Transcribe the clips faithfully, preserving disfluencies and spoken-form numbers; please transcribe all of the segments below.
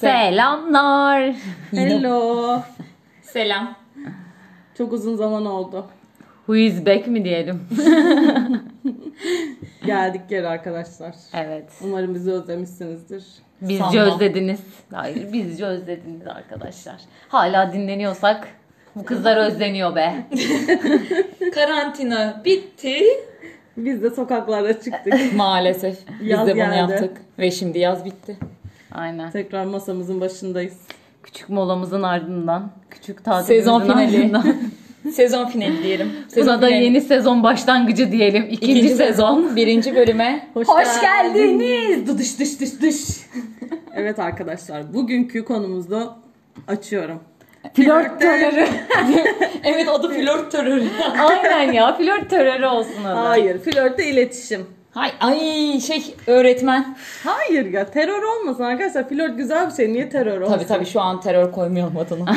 Selamlar. Hello. Selam. Çok uzun zaman oldu. Who is back mi diyelim? Geldik geri arkadaşlar. Evet. Umarım bizi özlemişsinizdir. Bizce Sanmam. özlediniz. Hayır, bizce özlediniz arkadaşlar. Hala dinleniyorsak bu kızlar özleniyor be. Karantina bitti. Biz de sokaklara çıktık. Maalesef. Biz Yaz de bunu geldi. yaptık. Ve şimdi yaz bitti. Aynen. Tekrar masamızın başındayız. Küçük molamızın ardından, küçük tatilimizin Sezon finali. ardından. Sezon finali diyelim. Sezon Buna da finali. yeni sezon başlangıcı diyelim. İkinci, İkinci sezon. Birinci bölüme. Hoş, Hoş geldiniz. Dış dış dış dış. Evet arkadaşlar, bugünkü konumuzu açıyorum. Flört terörü. Evet, adı flört terörü. Aynen ya, flört terörü olsun adı. Hayır, flörtte iletişim. Hay, ay şey öğretmen. Hayır ya, terör olmasın arkadaşlar. Flört güzel bir şey. Niye terör olsun? Tabii tabii, şu an terör koymayalım adını.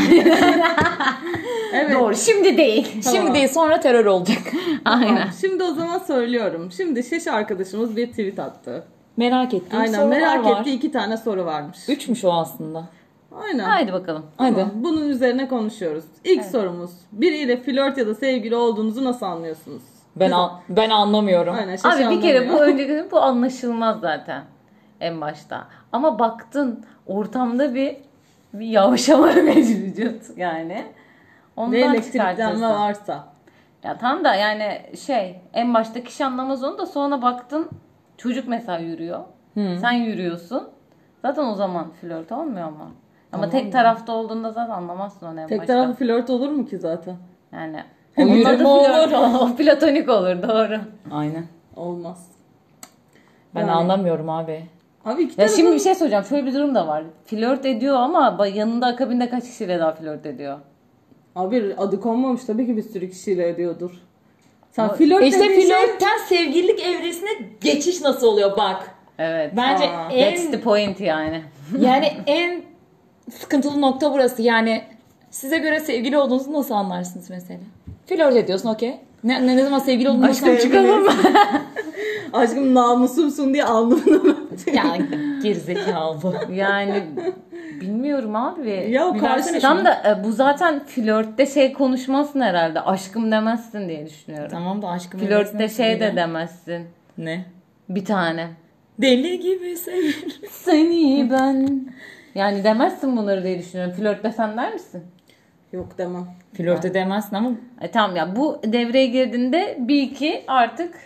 Evet. Doğru, şimdi değil. Tamam. Şimdi değil, sonra terör olacak. Aynen. Tamam, şimdi o zaman söylüyorum. Şimdi Şeş arkadaşımız bir tweet attı. Merak ettiğim Aynen, sorular merak var. ettiği iki tane soru varmış. Üçmüş o aslında. Aynen. Haydi bakalım. Hadi. Tamam, bunun üzerine konuşuyoruz. İlk sorumuz. Biriyle flört ya da sevgili olduğunuzu nasıl anlıyorsunuz? Ben an- ben anlamıyorum. Aynen, Şeş Abi bir kere bu anlamıyor. önceki bu anlaşılmaz zaten en başta. Ama baktın ortamda bir bir yavaşama mevcut yani. Ve Ondan elektriklenme çıkartırsın. varsa. Ya tam da yani şey en başta kişi anlamaz onu da sonra baktın çocuk mesela yürüyor. Sen yürüyorsun. Zaten o zaman flört olmuyor mu? Ama tek tarafta olduğunda zaten anlamazsın onu en Tek başta. taraflı flört olur mu ki zaten? Yani O onun yürüme adı flört olur. o platonik olur doğru. Aynen. Olmaz. Ben Yani- anlamıyorum abi. Abi iki Ya tarafın- şimdi bir şey söyleyeceğim. Şöyle bir durum da var. Flört ediyor ama ba- yanında akabinde kaç kişiyle daha flört ediyor? Abi adı konmamış, tabii ki bir sürü kişiyle ediyordur. Sen Ama- flört İşte dediğin şey... flörtten sevgililik evresine geçiş nasıl oluyor bak. Evet. Bence Aa, That's the en point yani. yani en sıkıntılı nokta burası. Yani size göre sevgili olduğunuzu nasıl anlarsınız mesela? Flört ediyorsun, okey. Ne, ne, ne zaman sevgili olduğunu nasıl Aşkım çıkalım. Aşkım namusumsun diye alnımını mı? Ya gerizekalı. Yani bilmiyorum abi. Ya o Bir karşı... versene Tam da e, bu zaten flörtte şey konuşmasın herhalde. Aşkım demezsin diye düşünüyorum. Tamam da aşkım. Flörtte evresine şey de nasıl demezsin. Ne? Bir tane. Deli gibi seviyorum. Seni ben. Yani demezsin bunları diye düşünüyorum. Flörtte sen der misin? Yok demem. Flört edemezsin ama E tamam ya bu devreye girdiğinde bir iki artık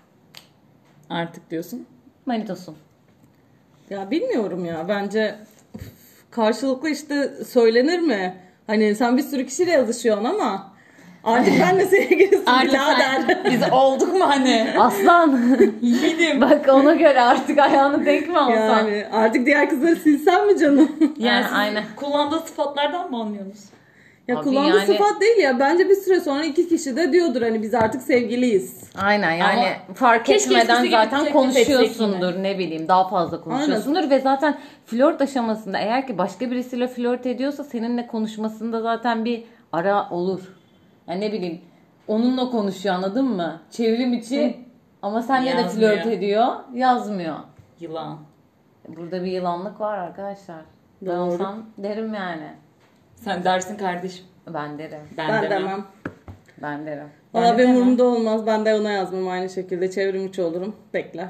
artık diyorsun. manitosun. Ya bilmiyorum ya, bence üf, karşılıklı işte söylenir mi? Hani sen bir sürü kişiyle yazışıyorsun ama artık ben de sevgilisin Artık birader. sen- biz olduk mu hani? Aslan. Yedim. Bak ona göre artık ayağını denk mi alsan? Yani artık diğer kızları silsem mi canım? Yani Ha, siz aynen. kullandığı sıfatlardan mı anlıyorsunuz? Ya Abi kullandığı yani- sıfat değil ya. Bence bir süre sonra iki kişi de diyordur hani biz artık sevgiliyiz. Aynen yani Ama fark keşke etmeden eskisi gibi zaten teklif konuşuyorsundur ne bileyim daha fazla konuşuyorsundur ve zaten flört aşamasında eğer ki başka birisiyle flört ediyorsa seninle konuşmasında zaten bir ara olur. Yani ne bileyim onunla konuşuyor anladın mı? Çevrim içi ama seninle de Yazmıyor. flört ediyor yazmıyor. Yılan. Burada bir yılanlık var arkadaşlar. Ben Doğru. olsam derim yani. Sen dersin kardeşim. Ben derim. Ben, Ben, demem. demem. Ben derim. Valla Ben de benim demem. umurumda olmaz. Ben de ona yazmam aynı şekilde. Çevrim içi olurum. Bekler.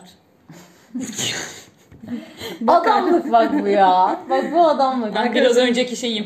Adamlık bak bu ya. Bak bu adamlık. Ben biraz önceki şeyim.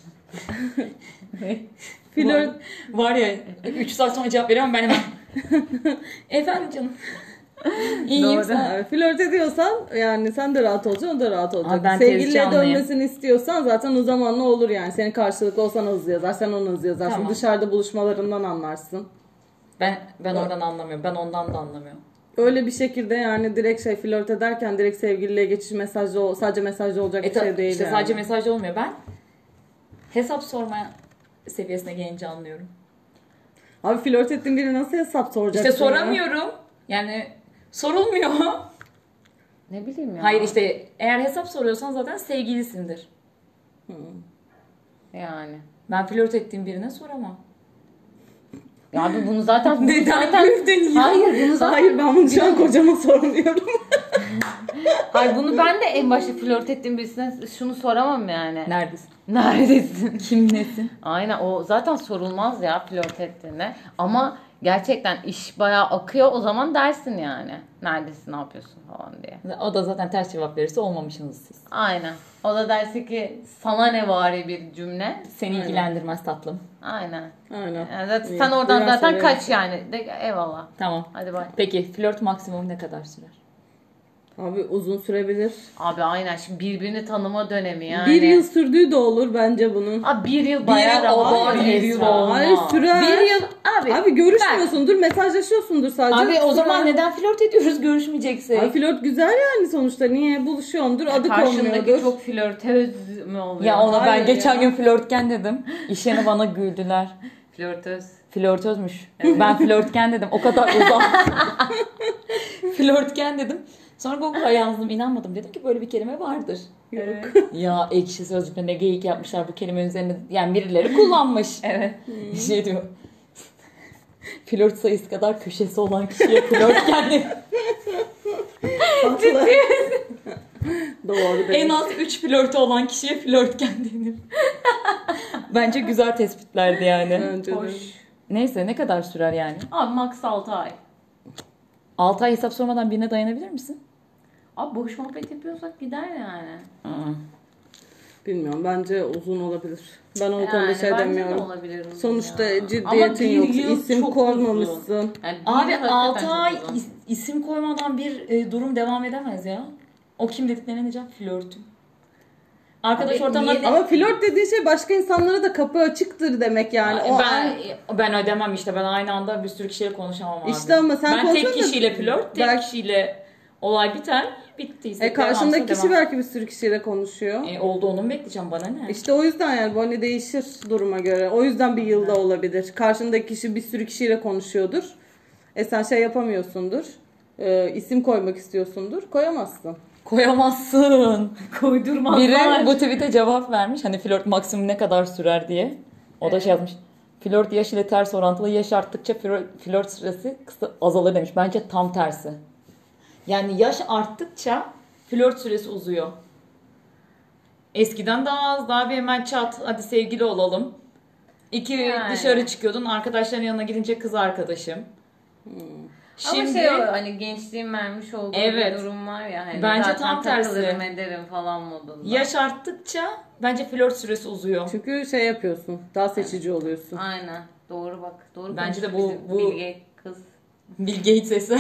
Flört... Var ya üç saat sonra cevap veriyorum ben hemen. Efendim canım. İyiyim Doğru. sen. Yani flört ediyorsan yani sen de rahat olacaksın, o da rahat olacak. Abi ben Sevgiliye tezcanlıyım. dönmesini istiyorsan zaten o zamanla olur yani. Senin karşılıklı olsan hızlı yazar, sen onu hızlı yazarsın. Tamam. Dışarıda buluşmalarından anlarsın. Ben ben oradan anlamıyorum. Ben ondan da anlamıyorum. Öyle bir şekilde yani direkt şey flört ederken direkt sevgililiğe geçiş mesajlı ol- sadece mesajlı olacak E, bir şey ta- değil işte yani. sadece mesaj olmuyor. Ben hesap sormaya seviyesine gelince anlıyorum. Abi flört ettiğin biri nasıl hesap soracaksın? İşte ya? soramıyorum. Yani sorulmuyor. Ne bileyim ya. Hayır işte eğer hesap soruyorsan zaten sevgilisindir. Yani. Ben flört ettiğim birine soramam. Ya abi bunu zaten bunu Neden zaten güldün ya? hayır bunu zaten Hayır ben bunu şu an kocama sormuyorum. Hayır, bunu ben de en başta flört ettiğim birisine şunu soramam yani. Neredesin? Neredesin? Kim nesin? Aynen, o zaten sorulmaz ya flört ettiğinde. Ama gerçekten iş bayağı akıyor, o zaman dersin yani. Neredesin, ne yapıyorsun falan diye. O da zaten ters cevap verirse olmamışsınız siz. Aynen. O da derse ki sana ne vari bir cümle. Seni Aynen. ilgilendirmez tatlım. Aynen. Aynen. Yani zaten İyi. sen oradan Biraz zaten sonra kaç yani. De, eyvallah. Tamam. Hadi bay. Peki flört maksimum ne kadar sürer? Abi uzun sürebilir. Abi aynen, şimdi birbirini tanıma dönemi yani. Bir yıl sürdüğü de olur bence bunun. Abi bir yıl bayağı yıl rahat. olmaz, Bir bir yıl yıl olmaz. Hayır sürer. Bir yıl abi. Abi görüşmüyorsundur, mesajlaşıyorsundur sadece. Abi o Sürer. zaman neden flört ediyoruz görüşmeyeceksek? Abi flört güzel yani sonuçta. Niye buluşuyordur, adı Karşındaki konmuyordur. çok flörtöz mü oluyor? Ya ona ben Hayır geçen ya. gün flörtken dedim. İş yerine bana güldüler. Flörtöz. Flörtözmüş. Ben flörtken dedim. O kadar uzak. Flörtken dedim. Sonra Google'a yazdım. İnanmadım. Dedim ki böyle bir kelime vardır. Yok. Ya ekşi sözlükte ne geyik yapmışlar bu kelimenin üzerine. Yani birileri kullanmış. Evet. Şey diyor. Flört sayısı kadar köşesi olan kişiye flörtken denir. Haklı. Doğru En demiş. az üç flörtü olan kişiye flörtken denir. Bence güzel tespitlerdi yani. Bence de. Hoş. Neyse ne kadar sürer yani? Abi max altı ay. altı ay hesap sormadan birine dayanabilir misin? Abi boş muhabbet yapıyorsak gider yani. Aa. Bilmiyorum, bence uzun olabilir. Ben o Yani konuda şey bence de demiyorum. olabilir uzun Sonuçta ya. Ama ciddiyetin bir yok, yıl isim çok koymamışsın. uzun. Yani bir Abi yıl hakikaten altı çok ay uzun. is- isim koymadan bir e, durum devam edemez ya. O kim dediklerine ne diyeceğim? Flörtüm. Arkadaş Abi ortamında... niye de- Ama flört dediğin şey başka insanlara da kapı açıktır demek yani. O ben an- ben ödemem işte. Ben aynı anda bir sürü kişiyle konuşamam abi. İşte ama sen ben tek konuşsana da- kişiyle flört, tek Belki- kişiyle olay biter. Bittiyse E karşındaki devamsa kişi devam. belki bir sürü kişiyle konuşuyor. E, oldu onu mu bekleyeceğim, bana ne? İşte o yüzden yani bu hani değişir duruma göre. O yüzden bir yılda olabilir. Karşındaki kişi bir sürü kişiyle konuşuyordur. E sen şey yapamıyorsundur. E, isim koymak istiyorsundur. Koyamazsın. Koyamazsın. Koydurmazlar. Biri bu tweet'e cevap vermiş. Hani flört maksimum ne kadar sürer diye. O da şey yazmış. Flört yaş ile ters orantılı. Yaş arttıkça flört, flört süresi kısa, azalır demiş. Bence tam tersi. Yani yaş arttıkça flört süresi uzuyor. Eskiden daha az, daha bir hemen çat hadi sevgili olalım. İki Yani. dışarı çıkıyordun. Arkadaşların yanına gidince kız arkadaşım. Şimdi Ama şey o, hani gençliğin vermiş olduğu Evet. bir durum var ya. Hani Bence zaten tam tersi. takılırım ederim falan modunda. yaş arttıkça bence flört süresi uzuyor. Çünkü şey yapıyorsun. Daha seçici oluyorsun. Aynen. Doğru bak. Doğru Bence de konuştu bu- bizim bu- Bilge kız. Bill Gates sesi.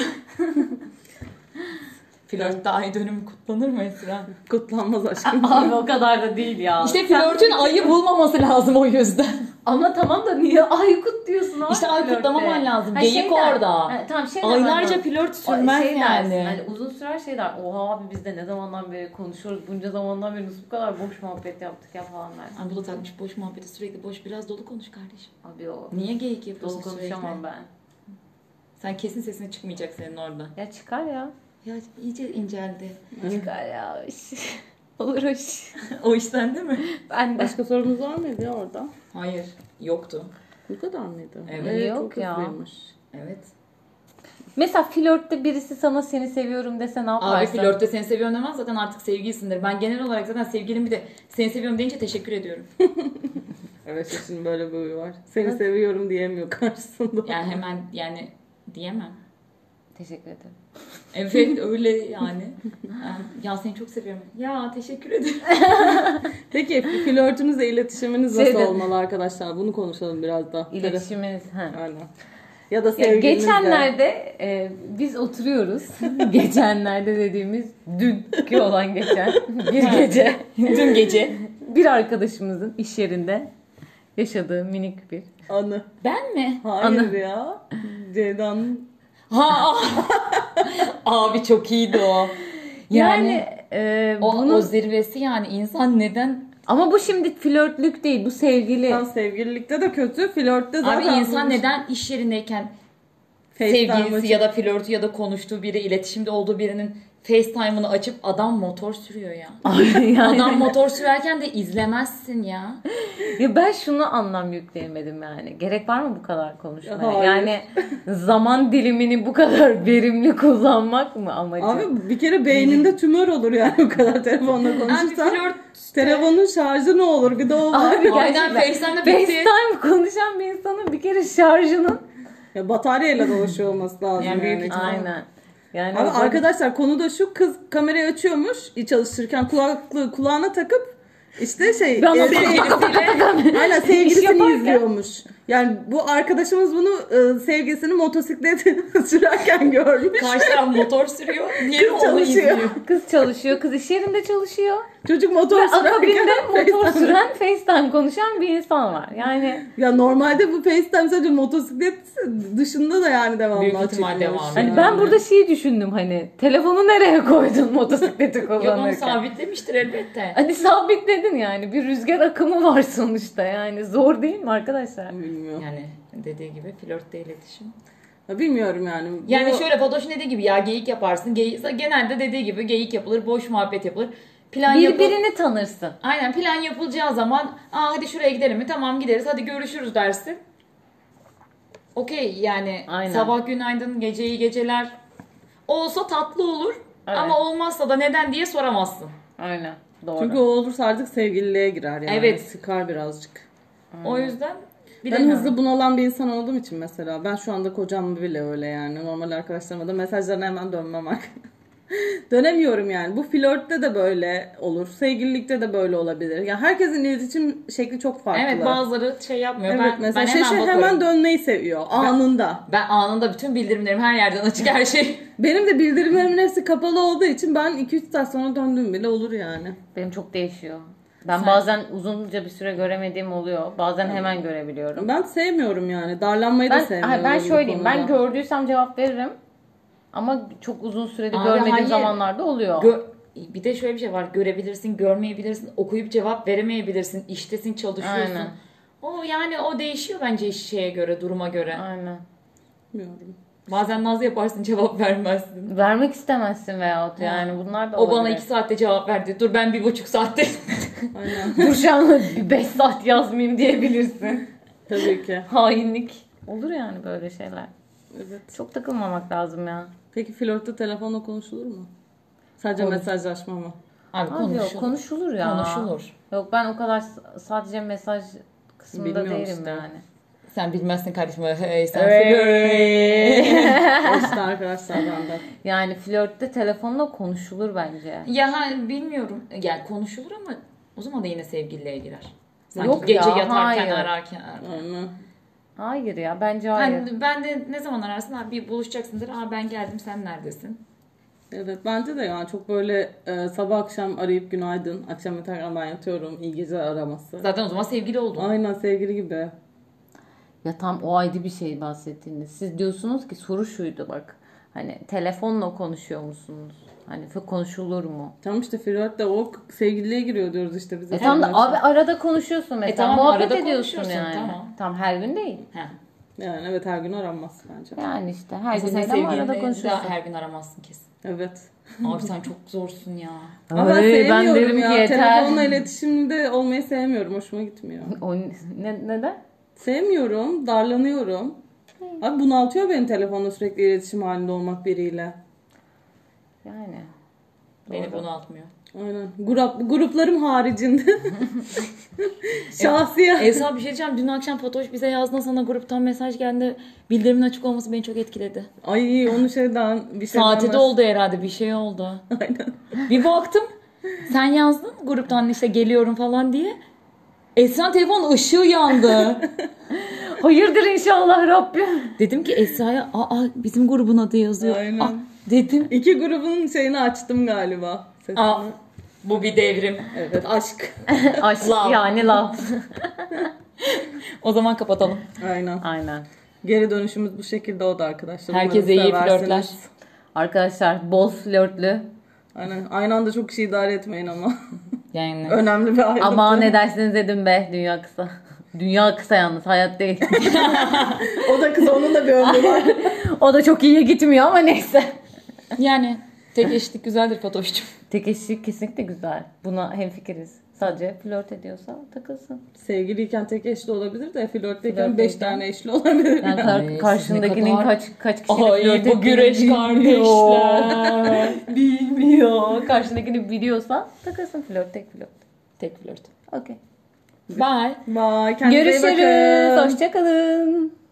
Flörtte ay dönümü kutlanır mı Esra? Kutlanmaz aşkım. Abi o kadar da değil ya. İşte flörtün ayı bulmaması lazım o yüzden. Ama tamam da niye ay kutluyorsun abi? İşte ay flörtte? kutlamaman lazım. Ha, Geyik şey der- orada. Ha, tamam şey der Aylarca bana. flört O sürmez şey yani. dersin, hani uzun sürer şey der. Oha abi biz de ne zamandan beri konuşuyoruz. Bunca zamandan beri nasıl bu kadar boş muhabbet yaptık ya falan dersin. Ay bu da takmış boş muhabbeti, sürekli boş, biraz dolu konuş kardeşim. Abi o Niye geyik yapıyorsun dolu sürekli? konuşamam ben. Sen kesin sesine çıkmayacak senin orada. Ya çıkar ya. Ya iyice inceldi. Çıkar ya. Olur hoş. O iş sende mi? Ben de. Başka sorunuz var mıydı ya orada? Hayır. Yoktu. Bu kadar mıydı? Evet. Yok çok ya. hızlıymış. Evet. Mesela flörtte birisi sana seni seviyorum dese ne yaparsın? Abi flörtte seni seviyorum demez, zaten artık sevgilisindir. Ben genel olarak zaten sevgilim bir de seni seviyorum deyince teşekkür ediyorum. Evet, şimdi böyle bir huyu var. Seni seviyorum diyemiyor karşısında. Yani hemen yani diyemem. Teşekkür ederim. Evet öyle yani. Yani, ya seni çok seviyorum. Ya teşekkür ederim. Peki flörtünüzle iletişiminiz nasıl Şeyde- olmalı arkadaşlar? Bunu konuşalım biraz da. İletişiminiz. Ha. Aynen. Ya da Ya sevgilinizle. geçenlerde e, biz oturuyoruz. Geçenlerde dediğimiz dünkü olan geçen bir gece. Dün gece. Bir arkadaşımızın iş yerinde yaşadığı minik bir. Anı. Ben mi? Hayır Anı. ya. Ceydan. Ha. Abi çok iyiydi o. Yani, Yani, e, o, bunu o zirvesi yani, insan neden... ama bu şimdi flörtlük değil, bu sevgili. Tam sevgililikte de kötü, flörtte zaten. Abi insan bulmuş. neden iş yerindeyken FaceTime sevgilisi açıp- ya da flörtü ya da konuştuğu biri, iletişimde olduğu birinin FaceTime'ını açıp adam motor sürüyor ya. Yani- Adam motor sürerken de izlemezsin ya. Ya ben şunu anlam yükleyemedim yani. Gerek var mı bu kadar konuşmaya? Hayır. Yani zaman dilimini bu kadar verimli kullanmak mı amacı? Abi bir kere beyninde tümör olur yani o kadar telefonla Abi konuşursan. flört Telefonun şarjı ne olur bir de o var. Abi Aynen, gerçekten FaceTime'da bitti. FaceTime konuşan bir insanın bir kere şarjının Ya bataryayla dolaşıyor olması lazım Yani yani. büyük ihtimal. aynen. Yani Abi o- arkadaşlar konu da şu, kız kamerayı açıyormuş çalışırken kulaklığı kulağına takıp işte şey Ben e, o- sevgilisiyle aynen sevgilisini yaparken- izliyormuş. Yani bu arkadaşımız bunu e, sevgilisini motosiklet sürerken görmüş. Karşı taraf motor sürüyor. Diğeri onu çalışıyor. izliyor. Kız çalışıyor. Kız iş yerinde çalışıyor. Çocuk motor Ve akabinde sürerken motor FaceTime- süren FaceTime konuşan bir insan var. Yani Ya normalde bu FaceTime sadece motosiklet dışında da yani devamlı Büyük ihtimal açıklıyormuş devam hani yani. ben burada şeyi düşündüm hani telefonu nereye koydun motosikleti Yok onu kullanırken? sabitlemiştir elbette. Hani sabitledin yani bir rüzgar akımı var sonuçta yani zor değil mi arkadaşlar? Bilmiyorum. Yani dediği gibi flörtte iletişim. Ya bilmiyorum yani. Bu- Yani şöyle Fatoş'un dediği gibi ya geyik yaparsın. Geyik, genelde dediği gibi geyik yapılır, boş muhabbet yapılır. Plan yapıl- Birbirini tanırsın. Aynen plan yapılacağı zaman aa hadi şuraya gidelim mi? Tamam gideriz. Hadi görüşürüz dersin. Okey yani Aynen. sabah günaydın, gece iyi geceler. Olsa tatlı olur. Evet. Ama olmazsa da neden diye soramazsın. Aynen doğru. Çünkü o olursa artık sevgililiğe girer yani. Evet. Sıkar birazcık. O yüzden Ben bilemiyorum. hızlı bunalan bir insan olduğum için mesela. Ben şu anda kocam bile öyle yani. Normal arkadaşlarıma da mesajlarına hemen dönmem artık. Dönemiyorum yani. Bu flörtte de böyle olur. Sevgililikte de böyle olabilir. Yani herkesin iletişim şekli çok farklı. Evet bazıları şey yapmıyor. Evet, ben, mesela ben şey, hemen şey bakarım. hemen dönmeyi seviyor. Anında. Ben anında bütün bildirimlerim her yerden açık her şey. Benim de bildirimlerimin hepsi kapalı olduğu için ben iki üç saat sonra döndüğüm bile olur yani. Benim çok değişiyor. Ben Sen- bazen uzunca bir süre göremediğim oluyor. Bazen hemen görebiliyorum. Ben sevmiyorum yani. Darlanmayı da Ben, sevmiyorum. hayır, ben bu şöyleyeyim. Ben konuda. gördüysem cevap veririm. Ama çok uzun sürede Abi görmediğim hayır. zamanlarda oluyor. Gö- bir de şöyle bir şey var. Görebilirsin, görmeyebilirsin, okuyup cevap veremeyebilirsin, iştesin, çalışıyorsun. Aynen. O yani o değişiyor bence iş şeye göre, duruma göre. Aynen. Bilmiyorum. Bazen naz yaparsın, cevap vermezsin. Vermek istemezsin veyahut yani bunlar da O bana olabilir. iki saatte cevap verdi. Dur ben bir buçuk saatte. Aynen. Dur şu an beş saat yazmayayım diyebilirsin. Tabii ki. Hainlik. Olur yani böyle şeyler. Evet. Çok takılmamak lazım ya. Peki flörtte telefonla konuşulur mu? Sadece Olur. mesajlaşma mı? Abi Abi yok, konuşulur. konuşulur ya. Konuşulur. Yok ben o kadar s- sadece mesaj kısmında Bilmiyorum değilim işte. yani. Sen bilmezsin kardeşim. Hey sen Evet. İşte arkadaşlar benden. Yani flörtte telefonla konuşulur bence. Ya ha, bilmiyorum. Yani konuşulur ama o zaman da yine sevgililiğe girer. Sanki Yok gece ya, yatarken hayır. ararken. Aynen. Hayır ya bence hayır. Yani ben de ne zaman ararsın abi bir buluşacaksındır. Aa ben geldim sen neredesin? Evet bence de yani çok böyle e, sabah akşam arayıp günaydın, akşam yatarken ben yatıyorum, iyi geceler araması. Zaten o zaman sevgili oldun. Aynen sevgili gibi. Ya tam o ayrı bir şey bahsettiğiniz. Siz diyorsunuz ki soru şuydu bak. Hani telefonla konuşuyor musunuz? Hani konuşulur mu? Tamam işte flört de o sevgililiğe giriyor diyoruz işte biz. E tam da abi arada konuşuyorsun mesela. E tamam, muhabbet arada ediyorsun konuşuyorsun, yani. tamam. Tam her gün değil. He. Yani evet her gün aranmaz bence. Yani işte her Mesela gün sen değil ama arada sevgilinle konuşuyorsun. daha her gün aramazsın kesin. Evet. Abi sen çok zorsun ya. Ama ben Ay, sevmiyorum derim ya. ki yeter. Telefonla iletişimde olmayı sevmiyorum. Hoşuma gitmiyor. O, ne, neden? Sevmiyorum. Darlanıyorum. Abi bunaltıyor beni telefonla sürekli iletişim halinde olmak biriyle. Yani. Beni bunaltmıyor. Aynen. Grup, gruplarım haricinde. Şahsiye. Esra bir şey diyeceğim. Dün akşam Fatoş bize yazdığında sana gruptan mesaj geldi. Bildirimin açık olması beni çok etkiledi. Ay onu şeyden bir şey Saati de oldu herhalde bir şey oldu. Aynen. Bir baktım sen yazdın gruptan işte geliyorum falan diye. Esra'nın telefon ışığı yandı. Hayırdır inşallah Rabbim. Dedim ki Esra'ya aa bizim grubun adı yazıyor. Aynen. Aa, dedim. İki grubun şeyini açtım galiba. Sesini. Aa, bu bir devrim. Evet aşk. Aşk Love. yani love. O zaman kapatalım. Aynen. Aynen. Geri dönüşümüz bu şekilde oldu arkadaşlar. Herkese Umarım iyi seversiniz. flörtler. Arkadaşlar bol flörtlü. Aynen. Aynı anda çok kişi idare etmeyin ama. Yani Önemli bir ayrıntı. Ama ne dersiniz dedim be dünya kısa. Dünya kısa yalnız hayat değil. O da kız onun da bir ömrü var. O da çok iyiye gitmiyor ama neyse. yani Tek eşlik güzeldir Fatoş'cum. Tek eşlik kesinlikle güzel. Buna hemfikiriz. Sadece flört ediyorsa takılsın. Sevgiliyken tek eşli olabilir de flörtteyken beş Flörtteyken- tane eşli olabilir. Yani Yani. kar- Ay, siz karşındakinin ne kadar- kaç kaç kişiyle Ay flört bu güreş ettiğini kardeşler. bilmiyor. Karşındakini biliyorsa takılsın flört, tek flört. Tek flört. Okey. Bye. Bye. Kendinize iyi bakın. Görüşürüz. Hoşçakalın.